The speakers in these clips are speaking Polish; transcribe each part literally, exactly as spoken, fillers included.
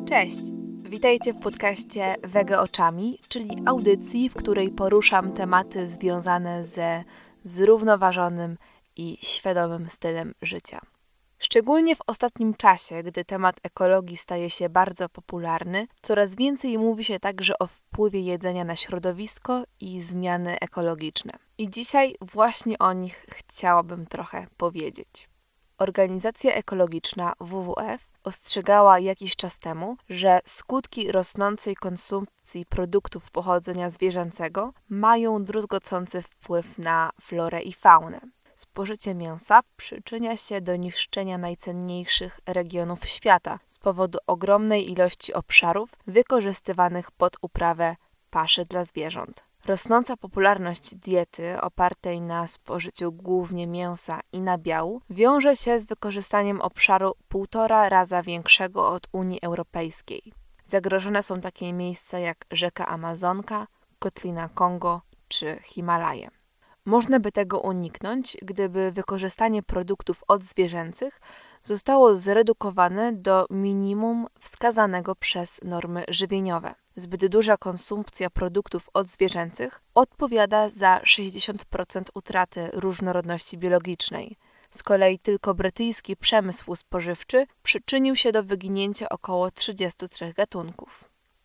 Cześć! Witajcie w podcaście Wege Oczami, czyli audycji, w której poruszam tematy związane ze zrównoważonym i świadomym stylem życia. Szczególnie w ostatnim czasie, gdy temat ekologii staje się bardzo popularny, coraz więcej mówi się także o wpływie jedzenia na środowisko i zmiany ekologiczne. I dzisiaj właśnie o nich chciałabym trochę powiedzieć. Organizacja ekologiczna W W F ostrzegała jakiś czas temu, że skutki rosnącej konsumpcji produktów pochodzenia zwierzęcego mają druzgocący wpływ na florę i faunę. Spożycie mięsa przyczynia się do niszczenia najcenniejszych regionów świata z powodu ogromnej ilości obszarów wykorzystywanych pod uprawę paszy dla zwierząt. Rosnąca popularność diety opartej na spożyciu głównie mięsa i nabiału wiąże się z wykorzystaniem obszaru półtora raza większego od Unii Europejskiej. Zagrożone są takie miejsca jak rzeka Amazonka, Kotlina Kongo czy Himalaje. Można by tego uniknąć, gdyby wykorzystanie produktów odzwierzęcych zostało zredukowane do minimum wskazanego przez normy żywieniowe. Zbyt duża konsumpcja produktów odzwierzęcych odpowiada za sześćdziesiąt procent utraty różnorodności biologicznej. Z kolei tylko brytyjski przemysł spożywczy przyczynił się do wyginięcia około trzydziestu trzech gatunków.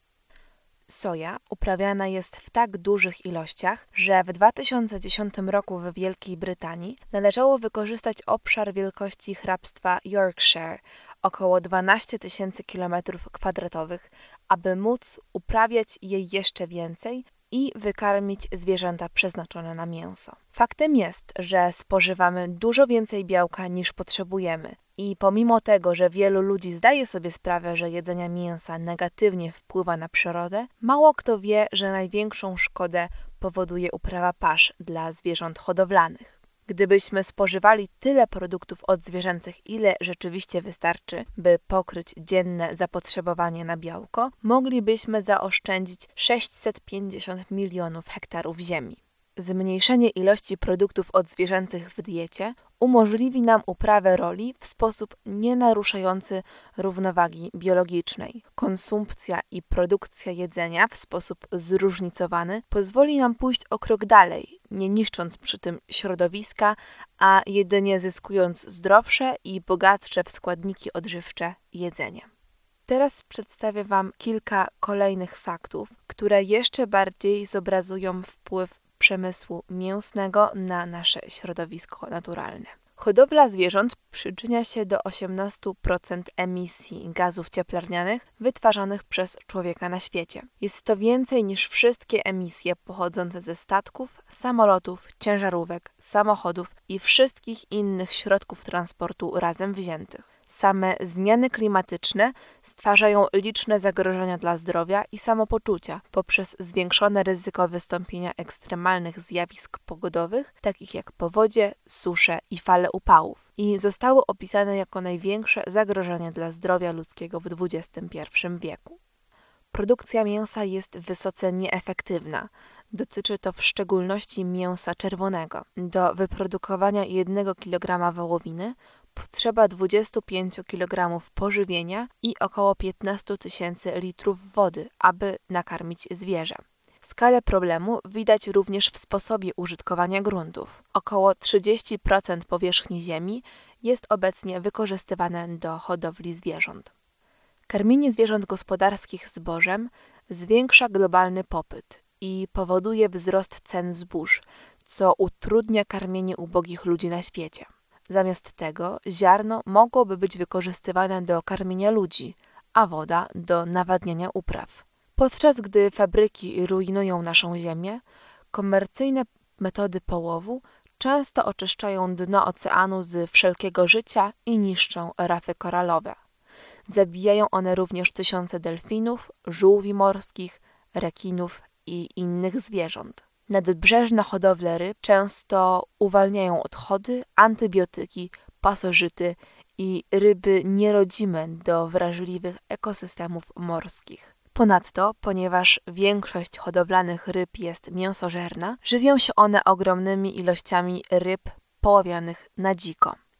Soja uprawiana jest w tak dużych ilościach, że w dwa tysiące dziesiątym roku w Wielkiej Brytanii należało wykorzystać obszar wielkości hrabstwa Yorkshire, około dwanaście tysięcy kilometrów kwadratowych, aby móc uprawiać jej jeszcze więcej i wykarmić zwierzęta przeznaczone na mięso. Faktem jest, że spożywamy dużo więcej białka niż potrzebujemy i pomimo tego, że wielu ludzi zdaje sobie sprawę, że jedzenie mięsa negatywnie wpływa na przyrodę, mało kto wie, że największą szkodę powoduje uprawa pasz dla zwierząt hodowlanych. Gdybyśmy spożywali tyle produktów odzwierzęcych, ile rzeczywiście wystarczy, by pokryć dzienne zapotrzebowanie na białko, moglibyśmy zaoszczędzić sześćset pięćdziesiąt milionów hektarów ziemi. Zmniejszenie ilości produktów odzwierzęcych w diecie umożliwi nam uprawę roli w sposób nie naruszający równowagi biologicznej. Konsumpcja i produkcja jedzenia w sposób zróżnicowany pozwoli nam pójść o krok dalej, nie niszcząc przy tym środowiska, a jedynie zyskując zdrowsze i bogatsze w składniki odżywcze jedzenie. Teraz przedstawię Wam kilka kolejnych faktów, które jeszcze bardziej zobrazują wpływ przemysłu mięsnego na nasze środowisko naturalne. Hodowla zwierząt przyczynia się do osiemnaście procent emisji gazów cieplarnianych wytwarzanych przez człowieka na świecie. Jest to więcej niż wszystkie emisje pochodzące ze statków, samolotów, ciężarówek, samochodów i wszystkich innych środków transportu razem wziętych. Same zmiany klimatyczne stwarzają liczne zagrożenia dla zdrowia i samopoczucia poprzez zwiększone ryzyko wystąpienia ekstremalnych zjawisk pogodowych, takich jak powodzie, susze i fale upałów, i zostały opisane jako największe zagrożenie dla zdrowia ludzkiego w dwudziestym pierwszym wieku. Produkcja mięsa jest wysoce nieefektywna. Dotyczy to w szczególności mięsa czerwonego. Do wyprodukowania jednego kilograma wołowiny potrzeba dwadzieścia pięć kilogramów pożywienia i około piętnaście tysięcy litrów wody, aby nakarmić zwierzę. Skalę problemu widać również w sposobie użytkowania gruntów. Około trzydzieści procent powierzchni ziemi jest obecnie wykorzystywane do hodowli zwierząt. Karmienie zwierząt gospodarskich zbożem zwiększa globalny popyt i powoduje wzrost cen zbóż, co utrudnia karmienie ubogich ludzi na świecie. Zamiast tego ziarno mogłoby być wykorzystywane do karmienia ludzi, a woda do nawadniania upraw. Podczas gdy fabryki rujnują naszą ziemię, komercyjne metody połowu często oczyszczają dno oceanu z wszelkiego życia i niszczą rafy koralowe. Zabijają one również tysiące delfinów, żółwi morskich, rekinów i innych zwierząt. Nadbrzeżne hodowle ryb często uwalniają odchody, antybiotyki, pasożyty i ryby nierodzime do wrażliwych ekosystemów morskich. Ponadto, ponieważ większość hodowlanych ryb jest mięsożerna, żywią się one ogromnymi ilościami ryb poławianych na dziko.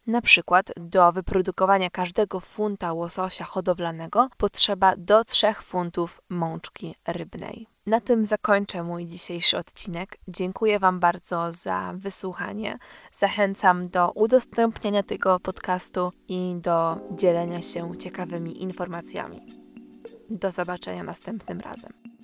Na przykład do wyprodukowania każdego funta łososia hodowlanego potrzeba do trzech funtów mączki rybnej. Na tym zakończę mój dzisiejszy odcinek. Dziękuję Wam bardzo za wysłuchanie. Zachęcam do udostępniania tego podcastu i do dzielenia się ciekawymi informacjami. Do zobaczenia następnym razem.